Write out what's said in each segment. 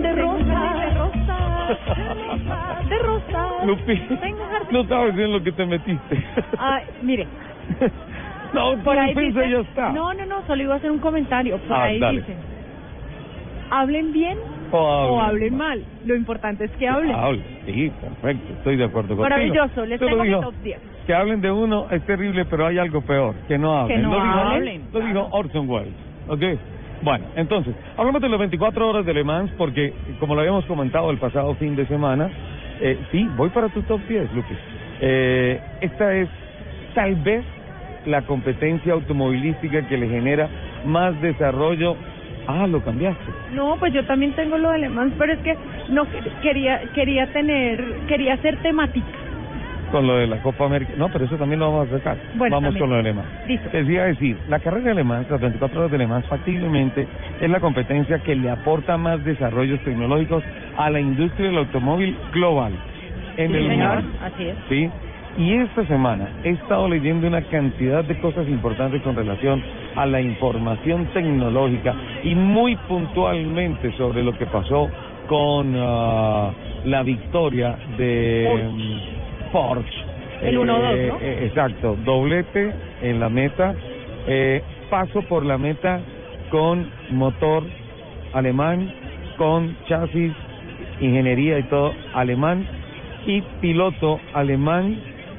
De rosa. Lupi, no sabes en lo que te metiste. Mire. No, por ahí defensa dice, ya está. No, solo iba a hacer un comentario. Por ahí dale. dice, hablen bien o hablen mal. Lo importante es que hablen. Sí, perfecto, estoy de acuerdo contigo. Maravilloso, les tengo mi top 10. Que hablen de uno es terrible, pero hay algo peor, que no hablen. Que no hablen. Lo dijo Orson Welles, ¿ok? Bueno, entonces, hablamos de las 24 horas de Le Mans, porque, como lo habíamos comentado el pasado fin de semana, sí, voy para tu top 10, Lupi. Esta es, tal vez, la competencia automovilística que le genera más desarrollo. Lo cambiaste. No, pues yo también tengo lo de Le Mans, pero es que no quería hacer temática. Con lo de la Copa América. No, pero eso también lo vamos a sacar. Bueno, vamos también. con lo de Le Mans. Listo. Decía decir, la carrera de Le Mans, las 24 horas de Le Mans, factiblemente es la competencia que le aporta más desarrollos tecnológicos a la industria del automóvil global. En el señor, mundo. así es. Sí. Y esta semana he estado leyendo una cantidad de cosas importantes con relación a la información tecnológica y muy puntualmente sobre lo que pasó con la victoria de Porsche. El 1-2, ¿no? Exacto, doblete en la meta, paso por la meta con motor alemán, con chasis, ingeniería y todo alemán, y piloto alemán,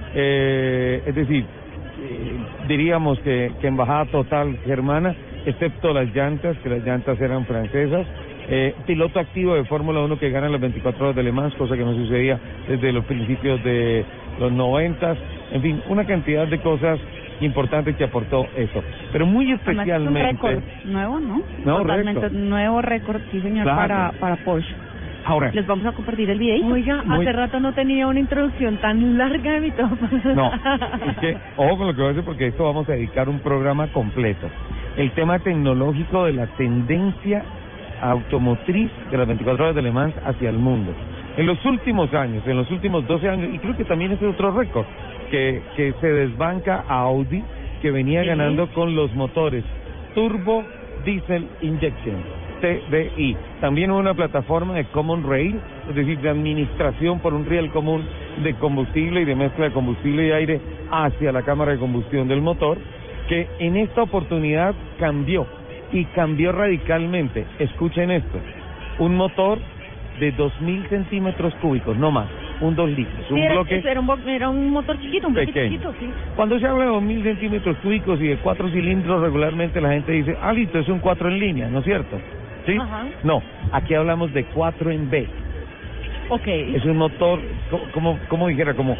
es decir, diríamos que embajada total germana, excepto las llantas, que las llantas eran francesas. Piloto activo de Fórmula 1 que gana las 24 horas de Le Mans, cosa que no sucedía desde los principios de los 90. En fin, una cantidad de cosas importantes que aportó eso. Pero muy especialmente... Es un récord nuevo, ¿no? No, totalmente récord. Nuevo récord, sí señor, Claro. para Porsche. Ahora, Les vamos a compartir el video. Oiga, hace rato no tenía una introducción tan larga de mi top. no, es que, ojo con lo que voy a decir, porque esto vamos a dedicar un programa completo. El tema tecnológico de la tendencia automotriz de las 24 horas de Le Mans hacia el mundo. En los últimos años, en los últimos 12 años, y creo que también ese es otro récord, que se desbanca a Audi, que venía ganando con los motores Turbo Diesel Injection, TDI. También una plataforma de Common Rail, es decir, de administración por un riel común de combustible y de mezcla de combustible y aire hacia la cámara de combustión del motor, que en esta oportunidad cambió, y cambió radicalmente. Escuchen esto, un motor de 2.000 centímetros cúbicos, no más, un 2 litros, un bloque... Era un motor chiquito, un bloque chiquito, sí. Cuando se habla de 2.000 centímetros cúbicos y de 4 cilindros, regularmente la gente dice, listo, es un 4 en línea, ¿no es cierto? ¿Sí? Ajá. No, aquí hablamos de 4 en B. Ok. Es un motor, como dijera, como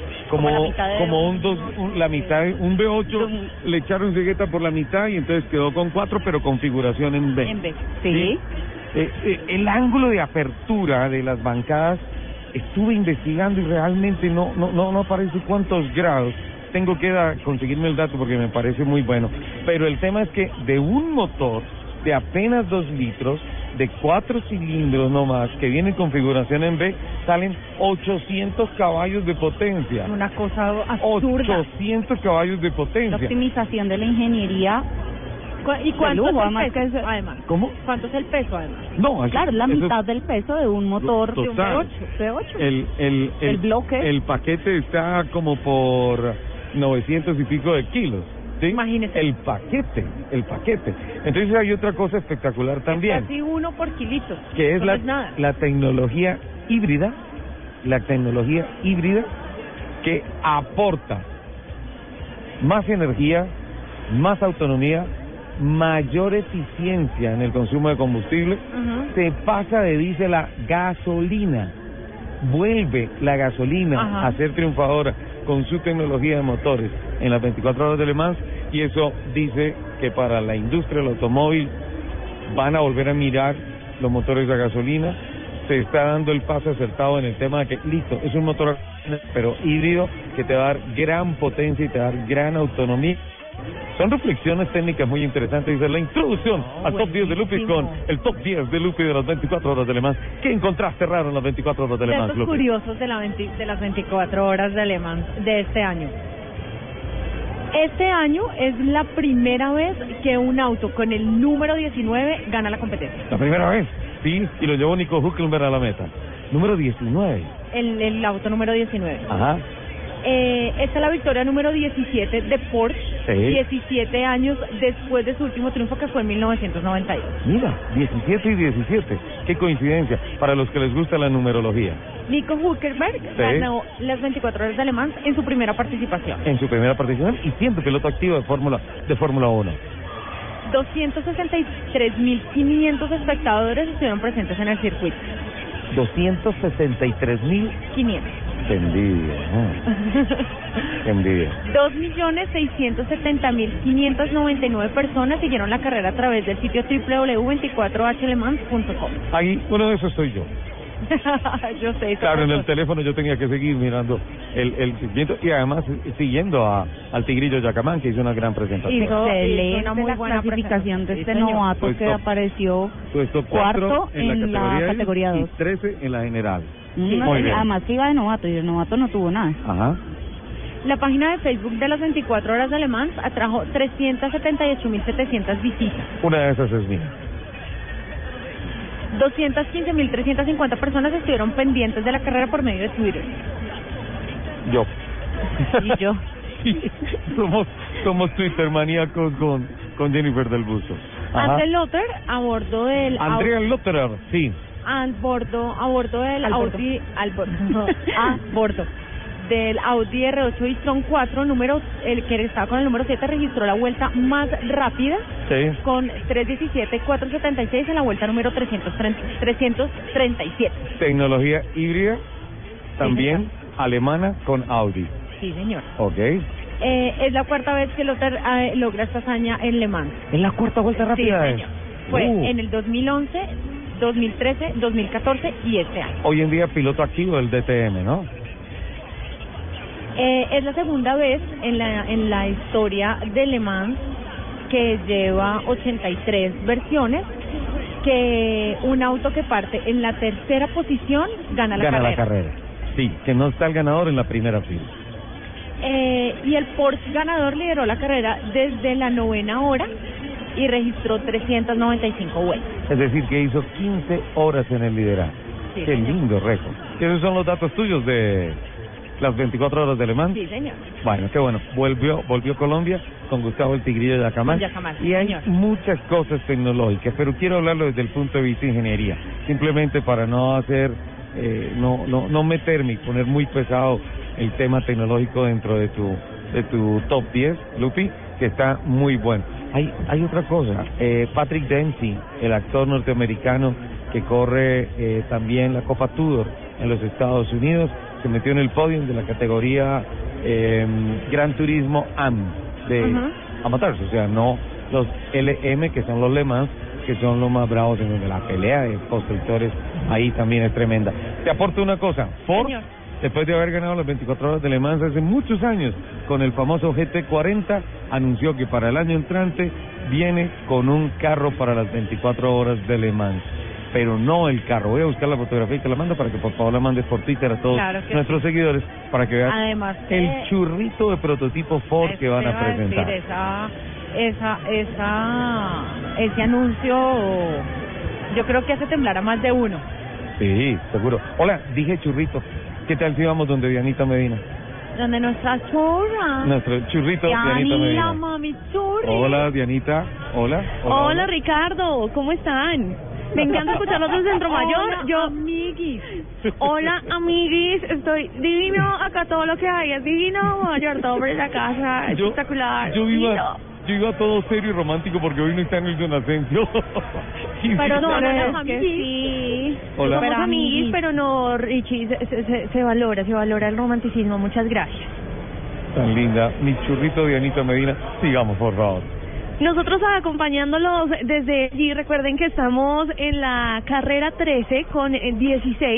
la mitad, un V8, le echaron cegueta por la mitad y entonces quedó con 4, pero configuración en B. En B, sí. El ángulo de apertura de las bancadas, estuve investigando y realmente no aparece cuántos grados. Tengo que conseguirme el dato porque me parece muy bueno. Pero el tema es que de un motor de apenas 2 litros, de 4 cilindros no más, que viene en configuración en B, salen 800 caballos de potencia. Una cosa absurda. 800 caballos de La potencia. optimización de la ingeniería. ¿Y cuánto lujo, es el además peso? que Además. ¿Cómo? ¿Cuánto es el peso, además? No, Claro, es la mitad del peso de un motor total. de un V8. El bloque. El paquete está como por 900 y pico de kilos. ¿Sí? Imagínese. El paquete. Entonces hay otra cosa espectacular también, Es casi 1 por kilito. que es No es nada. la tecnología híbrida, que aporta más energía, más autonomía, mayor eficiencia en el consumo de combustible. Se pasa de diésel a gasolina, vuelve la gasolina a ser triunfadora con su tecnología de motores en las 24 horas de Le Mans, y eso dice que para la industria del automóvil van a volver a mirar los motores a gasolina. Se está dando el paso acertado en el tema de que, listo, es un motor pero híbrido que te va a dar gran potencia y te va a dar gran autonomía. Son reflexiones técnicas muy interesantes. Dice la introducción al top 10 de Lupi con el top 10 de Lupi de las 24 horas de Le Mans. ¿Qué encontraste raro en las 24 horas de Le Mans, Datos Lupi? curiosos de las 24 horas de Le Mans de este año. Este año es la primera vez que un auto con el número 19 gana la competencia. La primera vez. Sí, y lo llevó Nico Hülkenberg a la meta. Número 19. El auto número 19. Ajá. Esta es la victoria número 17 de Porsche, Sí. 17 años después de su último triunfo, que fue en 1992. Mira, 17 y 17. Qué coincidencia para los que les gusta la numerología. Nico Hülkenberg ganó las 24 horas de Le Mans en su primera participación. En su primera participación y siendo piloto activo de Fórmula 1. 263.500 espectadores estuvieron presentes en el circuito. 263.000. 500. Qué envidia, qué envidia. 2.670.599 personas siguieron la carrera a través del sitio www.24hlemans.com. Ahí, uno de esos soy yo. Yo sé. Claro, en el teléfono yo tenía que seguir mirando el seguimiento y además siguiendo al Tigrillo Yacamán, que hizo una gran presentación. Excelente una muy la buena clasificación de presentación. este Sí, señor. novato Pues que top. apareció Puesto cuarto 4 en la categoría 2 2. y 13 en la general. Muy bien. Además que iba de novato y el novato no tuvo nada. Ajá. La página de Facebook de las 24 horas de Le Mans atrajo 378.700 visitas. Una de esas es mía. 215.350 personas estuvieron pendientes de la carrera por medio de Twitter. Yo. Y yo. Sí, somos Twitter maníacos con Jennifer del Busto. Ajá. André Lotter a bordo del Andrea Lotterer, sí. a bordo del Al bordo. Audi a bordo del Audi R8 e-tron 4, el que estaba con el número 7, registró la vuelta más rápida Sí. con 3:17.476 en la vuelta número 337. Tecnología híbrida, también señor. alemana con Audi. Sí, señor. Ok. Es la cuarta vez que Lotter logra esta hazaña en Le Mans. ¿Es la cuarta vuelta rápida? Sí, señor. Fue en el 2011, 2013, 2014 y este año. Hoy en día piloto activo del DTM, ¿no? Es la segunda vez en la historia de Le Mans, que lleva 83 versiones, que un auto que parte en la tercera posición gana la carrera. Sí, que no está el ganador en la primera fila. Y el Porsche ganador lideró la carrera desde la 9ª hora y registró 395 vueltas. Es decir, que hizo 15 horas en el liderazgo. Sí, Qué señor. lindo récord. Esos son los datos tuyos de las 24 horas de Le Mans. Sí, señor. Bueno, qué bueno. Volvió Colombia con Gustavo el Tigrillo de Yacamán. Con Yacamán, Y hay señor. muchas cosas tecnológicas, pero quiero hablarlo desde el punto de vista de ingeniería. Simplemente para no hacer, no meterme y poner muy pesado el tema tecnológico dentro de tu top 10, Lupi, que está muy bueno. Hay otra cosa. Patrick Dempsey, el actor norteamericano que corre también la Copa Tudor en los Estados Unidos, se metió en el podio de la categoría Gran Turismo AM de amateurs, o sea, no los LM, que son los Le Mans, que son los más bravos, en donde la pelea de constructores ahí también es tremenda. Te aporto una cosa, Ford, Señor. después de haber ganado las 24 horas de Le Mans hace muchos años con el famoso GT40, anunció que para el año entrante viene con un carro para las 24 horas de Le Mans. Pero no el carro. Voy a buscar la fotografía y te la mando para que por favor la mandes por Twitter a todos Claro que nuestros seguidores para que vean Además, el churrito de prototipo Ford que van a presentar. Ese anuncio, yo creo que hace temblar a más de uno. Sí, seguro. Hola, dije churrito. ¿Qué tal si vamos donde Dianita Medina? Donde nuestra churra. Nuestro churrito, Dianita Dianita, Medina. mami churri. Hola, Dianita. Hola. Hola, Ricardo, ¿cómo están? Me encanta escucharlos desde Centro Mayor. Hola, amiguis. Hola, amiguis, estoy divino acá, todo lo que hay es divino. Mayor, todo por la casa, espectacular. Yo iba todo serio y romántico porque hoy no está en el Don Asensio. Pero no, Pero es no, que que sí. Hola. Somos amiguis, pero no, Richie, se valora el romanticismo. Muchas gracias. Tan linda. Mi churrito, Dianita Medina. Sigamos, por favor. Nosotros acompañándolos desde allí, recuerden que estamos en la carrera 13 con 16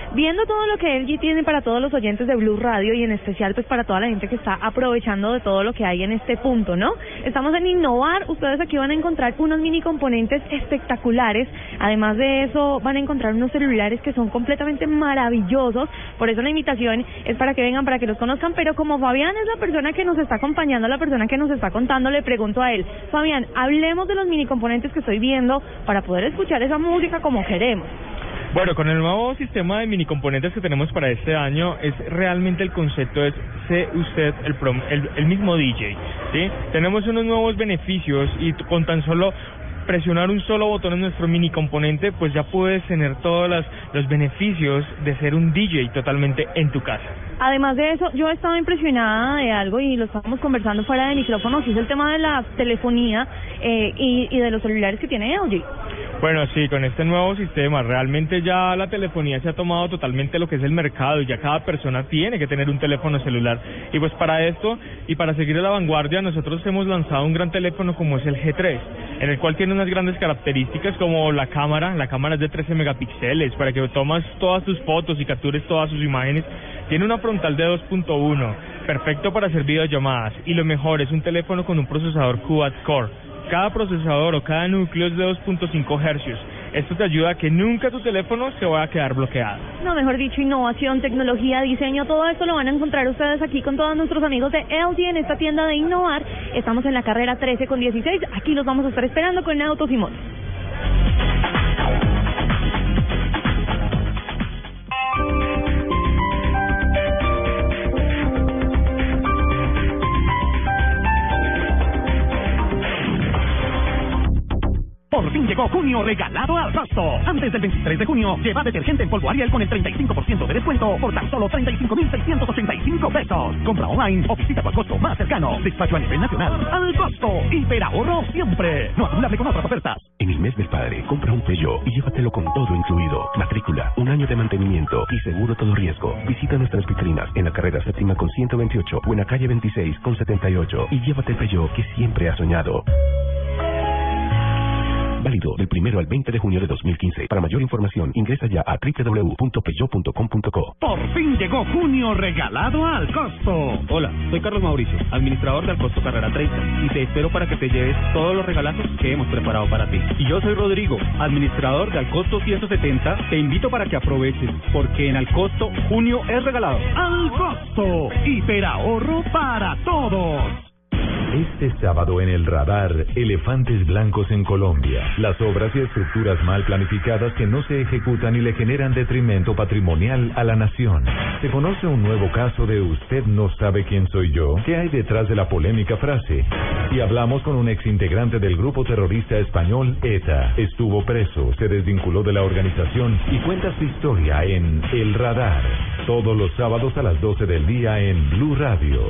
viendo todo lo que LG tiene para todos los oyentes de Blue Radio y en especial pues para toda la gente que está aprovechando de todo lo que hay en este punto, ¿no? Estamos en Innovar, ustedes aquí van a encontrar unos mini componentes espectaculares, además de eso van a encontrar unos celulares que son completamente maravillosos, por eso la invitación es para que vengan, para que los conozcan, pero como Fabián es la persona que nos está acompañando, la persona que nos está contando, le pregunto a él, Fabián, hablemos de los mini componentes que estoy viendo para poder escuchar esa música como queremos. Bueno, con el nuevo sistema de mini componentes que tenemos para este año, es realmente el concepto es sé usted el mismo DJ, ¿sí? Tenemos unos nuevos beneficios y con tan solo presionar un solo botón en nuestro mini componente, pues ya puedes tener todos los beneficios de ser un DJ totalmente en tu casa. Además de eso, yo estaba impresionada de algo y lo estábamos conversando fuera de micrófonos, y es el tema de la telefonía y de los celulares que tiene LG. Bueno, sí, con este nuevo sistema realmente ya la telefonía se ha tomado totalmente lo que es el mercado y ya cada persona tiene que tener un teléfono celular. Y pues para esto y para seguir a la vanguardia, nosotros hemos lanzado un gran teléfono como es el G3, en el cual tiene unas grandes características como la cámara es de 13 megapíxeles para que tomas todas tus fotos y captures todas sus imágenes. Tiene una frontal de 2.1, perfecto para hacer videollamadas, y lo mejor, es un teléfono con un procesador quad-core. Cada procesador o cada núcleo es de 2.5 Hz. Esto te ayuda a que nunca tu teléfono se vaya a quedar bloqueado. No, mejor dicho, innovación, tecnología, diseño, todo esto lo van a encontrar ustedes aquí con todos nuestros amigos de LG en esta tienda de Innovar. Estamos en la carrera 13 con 16. Aquí los vamos a estar esperando con Autos y Motos. Por fin llegó junio regalado al Costo. Antes del 23 de junio, lleva detergente en polvo Ariel con el 35% de descuento por tan solo 35,685 pesos. Compra online o visita tu Costo más cercano. Despacho a nivel nacional. Al Costo. Hiperahorro siempre. No acumulable con otras ofertas. En el mes del padre, compra un Peugeot y llévatelo con todo incluido. Matrícula, 1 año de mantenimiento y seguro todo riesgo. Visita nuestras vitrinas en la carrera 7ª con 128 o en la calle 26 con 78 y llévate el Peugeot que siempre has soñado. Válido del 1 al 20 de junio de 2015. Para mayor información, ingresa ya a www.peugeot.com.co. Por fin llegó junio regalado al Costo. Hola, soy Carlos Mauricio, administrador del Costo Carrera 30, y te espero para que te lleves todos los regalazos que hemos preparado para ti. Y yo soy Rodrigo, administrador de Alcosto 170. Te invito para que aproveches, porque en Alcosto junio es regalado. Al Costo, hiperahorro para todos. Este sábado en el radar, elefantes blancos en Colombia. Las obras y estructuras mal planificadas que no se ejecutan y le generan detrimento patrimonial a la nación. Se conoce un nuevo caso de ¿usted no sabe quién soy yo? ¿Qué hay detrás de la polémica frase? Y hablamos con un exintegrante del grupo terrorista español ETA. Estuvo preso, se desvinculó de la organización y cuenta su historia en El Radar. Todos los sábados a las 12 del día en Blue Radio.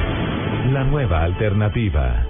La nueva alternativa.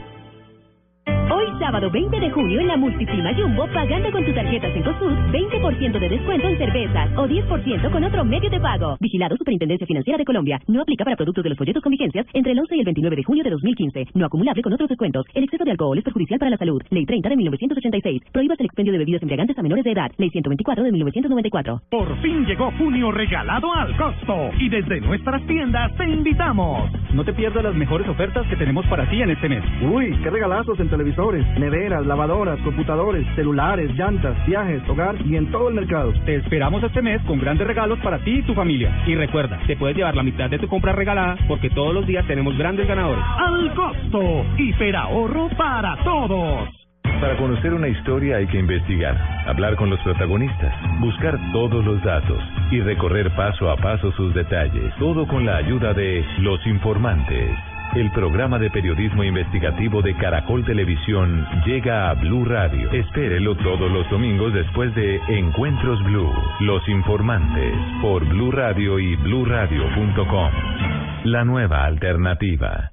Hoy sábado 20 de junio en la Multiprima Jumbo, pagando con tu tarjeta Cencosud, 20% de descuento en cervezas o 10% con otro medio de pago. Vigilado Superintendencia Financiera de Colombia. No aplica para productos de los folletos con vigencias entre el 11 y el 29 de junio de 2015. No acumulable con otros descuentos. El exceso de alcohol es perjudicial para la salud. Ley 30 de 1986. Prohíbas el expendio de bebidas embriagantes a menores de edad. Ley 124 de 1994. Por fin llegó junio regalado al Costo. Y desde nuestras tiendas te invitamos. No te pierdas las mejores ofertas que tenemos para ti en este mes. Uy, qué regalazos en televisores, neveras, lavadoras, computadores, celulares, llantas, viajes, hogar y en todo el mercado. Te esperamos este mes con grandes regalos para ti y tu familia. Y recuerda, te puedes llevar la mitad de tu compra regalada porque todos los días tenemos grandes ganadores. Al Costo, hiperahorro para todos. Para conocer una historia hay que investigar, hablar con los protagonistas, buscar todos los datos y recorrer paso a paso sus detalles. Todo con la ayuda de Los Informantes. El programa de periodismo investigativo de Caracol Televisión llega a Blue Radio. Espérelo todos los domingos después de Encuentros Blue. Los Informantes por Blue Radio y bluradio.com. La nueva alternativa.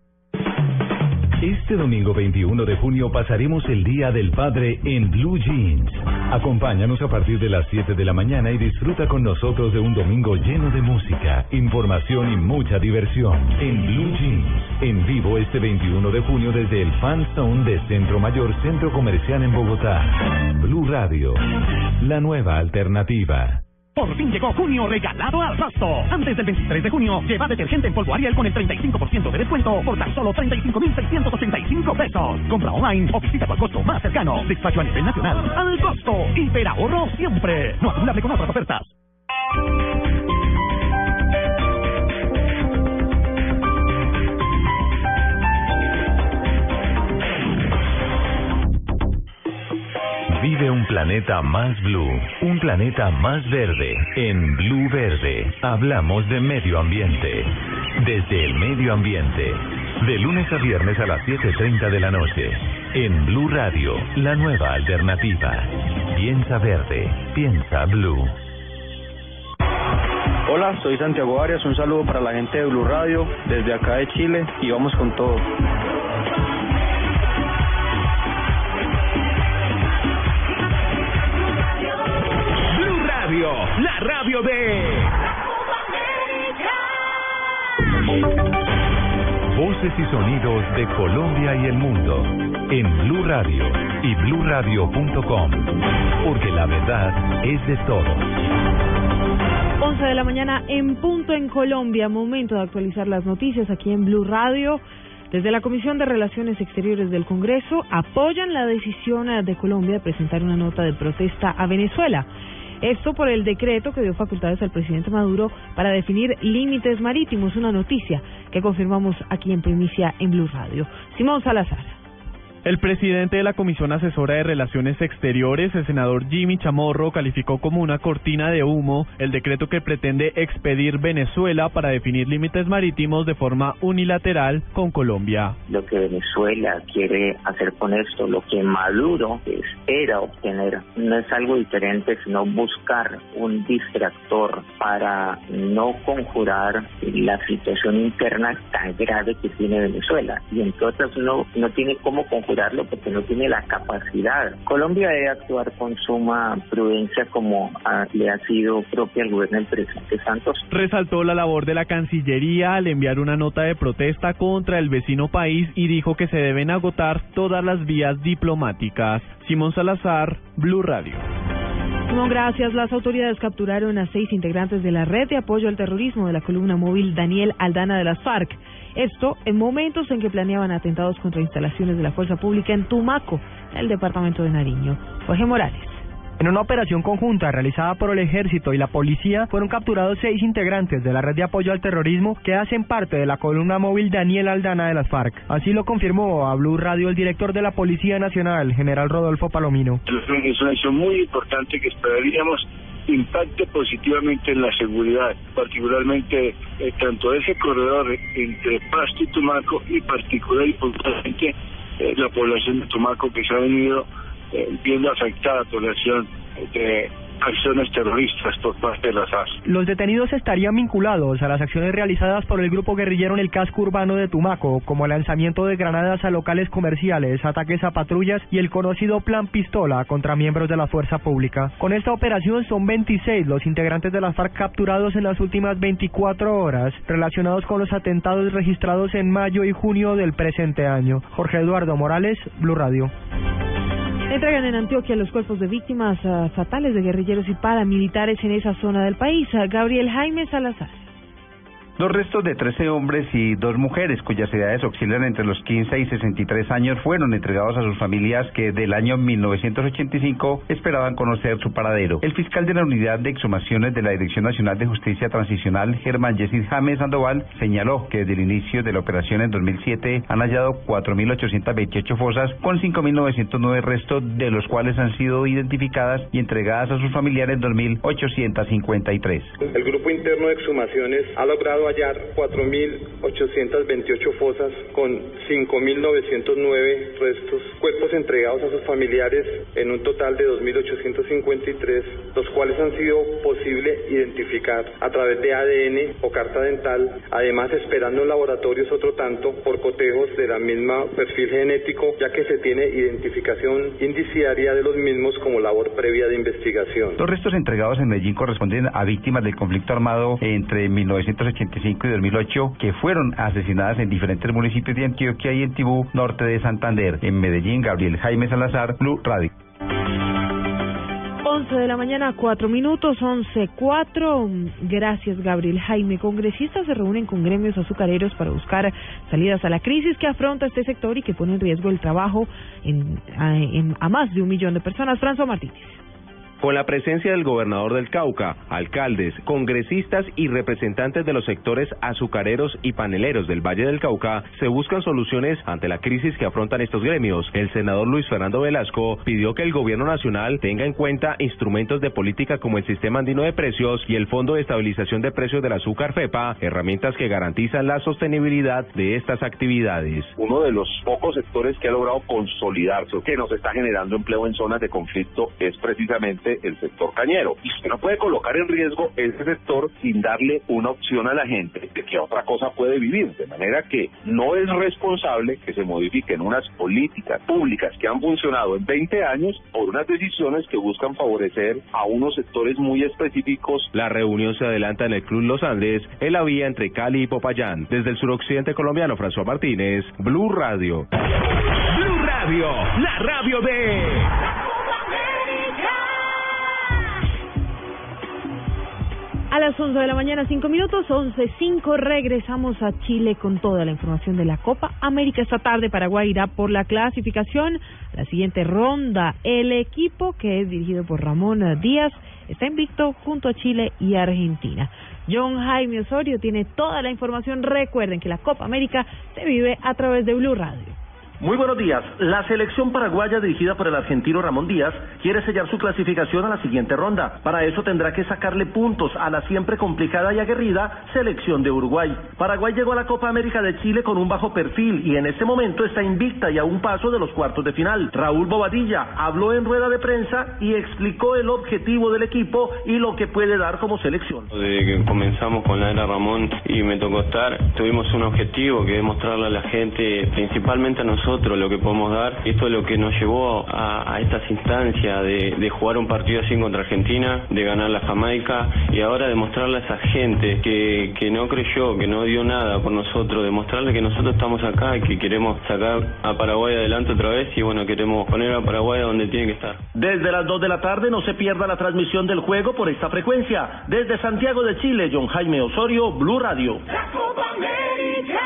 Este domingo 21 de junio pasaremos el Día del Padre en Blue Jeans. Acompáñanos a partir de las 7 de la mañana y disfruta con nosotros de un domingo lleno de música, información y mucha diversión. En Blue Jeans, en vivo este 21 de junio desde el Fan Zone de Centro Mayor Centro Comercial en Bogotá. Blue Radio, la nueva alternativa. Por fin llegó junio regalado al Pasto. Antes del 23 de junio, lleva detergente en polvo Ariel con el 35% de descuento por tan solo 35.685 pesos. Compra online o visita tu costo más cercano. Despacho a nivel nacional. Al costo. Hiperahorro siempre. No acumulable con otras ofertas. Vive un planeta más blue, un planeta más verde. En Blue Verde hablamos de medio ambiente. Desde el medio ambiente, de lunes a viernes a las 7:30 de la noche. En Blue Radio, la nueva alternativa. Piensa verde, piensa blue. Hola, soy Santiago Arias, un saludo para la gente de Blue Radio, desde acá de Chile, y vamos con todo. La radio de Voces y sonidos de Colombia y el mundo en Blue Radio y bluradio.com, porque la verdad es de todos. 11 de la mañana en punto en Colombia, momento de actualizar las noticias aquí en Blue Radio. Desde la Comisión de Relaciones Exteriores del Congreso apoyan la decisión de Colombia de presentar una nota de protesta a Venezuela. Esto por el decreto que dio facultades al presidente Maduro para definir límites marítimos, una noticia que confirmamos aquí en primicia en Blue Radio. Simón Salazar. El presidente de la Comisión Asesora de Relaciones Exteriores, el senador Jimmy Chamorro, calificó como una cortina de humo el decreto que pretende expedir Venezuela para definir límites marítimos de forma unilateral con Colombia. Lo que Venezuela quiere hacer con esto, lo que Maduro espera obtener, no es algo diferente, sino buscar un distractor para no conjurar la situación interna tan grave que tiene Venezuela. Y entonces no tiene cómo conjurar porque no tiene la capacidad. Colombia debe actuar con suma prudencia como le ha sido propia al gobierno del presidente Santos. Resaltó la labor de la Cancillería al enviar una nota de protesta contra el vecino país y dijo que se deben agotar todas las vías diplomáticas. Simón Salazar, Blue Radio. Simón, gracias. Las autoridades capturaron a 6 integrantes de la red de apoyo al terrorismo de la columna móvil Daniel Aldana de las FARC. Esto en momentos en que planeaban atentados contra instalaciones de la fuerza pública en Tumaco, en el departamento de Nariño. Jorge Morales. En una operación conjunta realizada por el Ejército y la Policía, fueron capturados 6 integrantes de la red de apoyo al terrorismo que hacen parte de la columna móvil Daniel Aldana de las FARC. Así lo confirmó a Blue Radio el director de la Policía Nacional, general Rodolfo Palomino. Es una acción muy importante que esperaríamos impacte positivamente en la seguridad, particularmente tanto ese corredor entre Pasto y Tumaco y particular y puntualmente la población de Tumaco que se ha venido viendo afectada por la acción de acciones terroristas por parte de las FARC. Los detenidos estarían vinculados a las acciones realizadas por el grupo guerrillero en el casco urbano de Tumaco, como el lanzamiento de granadas a locales comerciales, ataques a patrullas y el conocido Plan Pistola contra miembros de la fuerza pública. Con esta operación son 26 los integrantes de las FARC capturados en las últimas 24 horas, relacionados con los atentados registrados en mayo y junio del presente año. Jorge Eduardo Morales, Blue Radio. Entregan en Antioquia los cuerpos de víctimas fatales de guerrilleros y paramilitares en esa zona del país. Gabriel Jaime Salazar. Los restos de 13 hombres y 2 mujeres, cuyas edades oscilan entre los 15 y 63 años, fueron entregados a sus familias que del año 1985 esperaban conocer su paradero. El fiscal de la Unidad de Exhumaciones de la Dirección Nacional de Justicia Transicional, Germán Yesid James Sandoval, señaló que desde el inicio de la operación en 2007 han hallado 4.828 fosas con 5.909 restos, de los cuales han sido identificadas y entregadas a sus familiares 2.853. El grupo interno de exhumaciones ha logrado hallar 4.828 fosas con 5.909 restos, cuerpos entregados a sus familiares en un total de 2.853, los cuales han sido posible identificar a través de ADN o carta dental, además esperando en laboratorios otro tanto por cotejos de la misma perfil genético, ya que se tiene identificación indiciaria de los mismos como labor previa de investigación. Los restos entregados en Medellín corresponden a víctimas del conflicto armado entre 1985 y 2008, que fueron asesinadas en diferentes municipios de Antioquia y en Tibú, norte de Santander. En Medellín, Gabriel Jaime Salazar, Blue Radio. 11 de la mañana, 4 minutos, 11:04. Gracias, Gabriel Jaime. Congresistas se reúnen con gremios azucareros para buscar salidas a la crisis que afronta este sector y que pone en riesgo el trabajo a más de 1 millón de personas. François Martínez. Con la presencia del gobernador del Cauca, alcaldes, congresistas y representantes de los sectores azucareros y paneleros del Valle del Cauca, se buscan soluciones ante la crisis que afrontan estos gremios. El senador Luis Fernando Velasco pidió que el gobierno nacional tenga en cuenta instrumentos de política como el Sistema Andino de Precios y el Fondo de Estabilización de Precios del Azúcar FEPA, herramientas que garantizan la sostenibilidad de estas actividades. Uno de los pocos sectores que ha logrado consolidarse, que nos está generando empleo en zonas de conflicto, es precisamente el sector cañero. Y usted no puede colocar en riesgo ese sector sin darle una opción a la gente de que otra cosa puede vivir. De manera que no es responsable que se modifiquen unas políticas públicas que han funcionado en 20 años por unas decisiones que buscan favorecer a unos sectores muy específicos. La reunión se adelanta en el Club Los Andes, en la vía entre Cali y Popayán. Desde el suroccidente colombiano, François Martínez, Blue Radio. Blue Radio, la radio de... A las 11 de la mañana, 5 minutos, 11:05, regresamos a Chile con toda la información de la Copa América. Esta tarde Paraguay irá por la clasificación a la siguiente ronda. El equipo, que es dirigido por Ramón Díaz, está invicto junto a Chile y Argentina. John Jaime Osorio tiene toda la información. Recuerden que la Copa América se vive a través de Blue Radio. Muy buenos días. La selección paraguaya dirigida por el argentino Ramón Díaz quiere sellar su clasificación a la siguiente ronda. Para eso tendrá que sacarle puntos a la siempre complicada y aguerrida selección de Uruguay. Paraguay llegó a la Copa América de Chile con un bajo perfil y en este momento está invicta y a un paso de los cuartos de final. Raúl Bobadilla habló en rueda de prensa y explicó el objetivo del equipo y lo que puede dar como selección. Desde que comenzamos con la era Ramón y me tocó estar, tuvimos un objetivo que es mostrarle a la gente, principalmente a nosotros, lo que podemos dar. Esto es lo que nos llevó a estas instancias de jugar un partido así contra Argentina, de ganar la Jamaica y ahora demostrarle a esa gente que no creyó, que no dio nada por nosotros, demostrarle que nosotros estamos acá y que queremos sacar a Paraguay adelante otra vez y bueno, queremos poner a Paraguay donde tiene que estar. Desde las 2 de la tarde no se pierda la transmisión del juego por esta frecuencia. Desde Santiago de Chile, John Jaime Osorio, Blue Radio. La Copa América.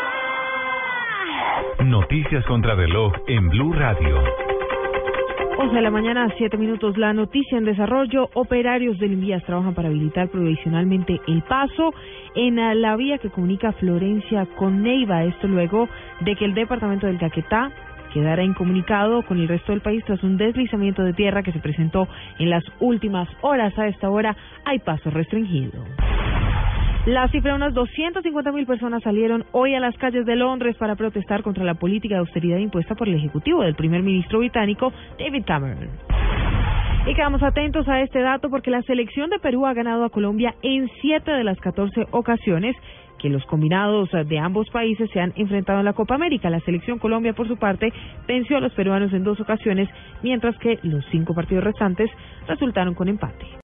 Noticias contra reloj en Blue Radio. 11 de la mañana, 7 minutos. La noticia en desarrollo: operarios del Invías trabajan para habilitar provisionalmente el paso en la vía que comunica Florencia con Neiva. Esto luego de que el departamento del Caquetá quedara incomunicado con el resto del país tras un deslizamiento de tierra que se presentó en las últimas horas. A esta hora hay paso restringido. La cifra: unas 250.000 personas salieron hoy a las calles de Londres para protestar contra la política de austeridad impuesta por el ejecutivo del primer ministro británico David Cameron. Y quedamos atentos a este dato porque la selección de Perú ha ganado a Colombia en 7 de las 14 ocasiones que los combinados de ambos países se han enfrentado en la Copa América. La selección Colombia, por su parte, venció a los peruanos en 2 ocasiones, mientras que los 5 partidos restantes resultaron con empate.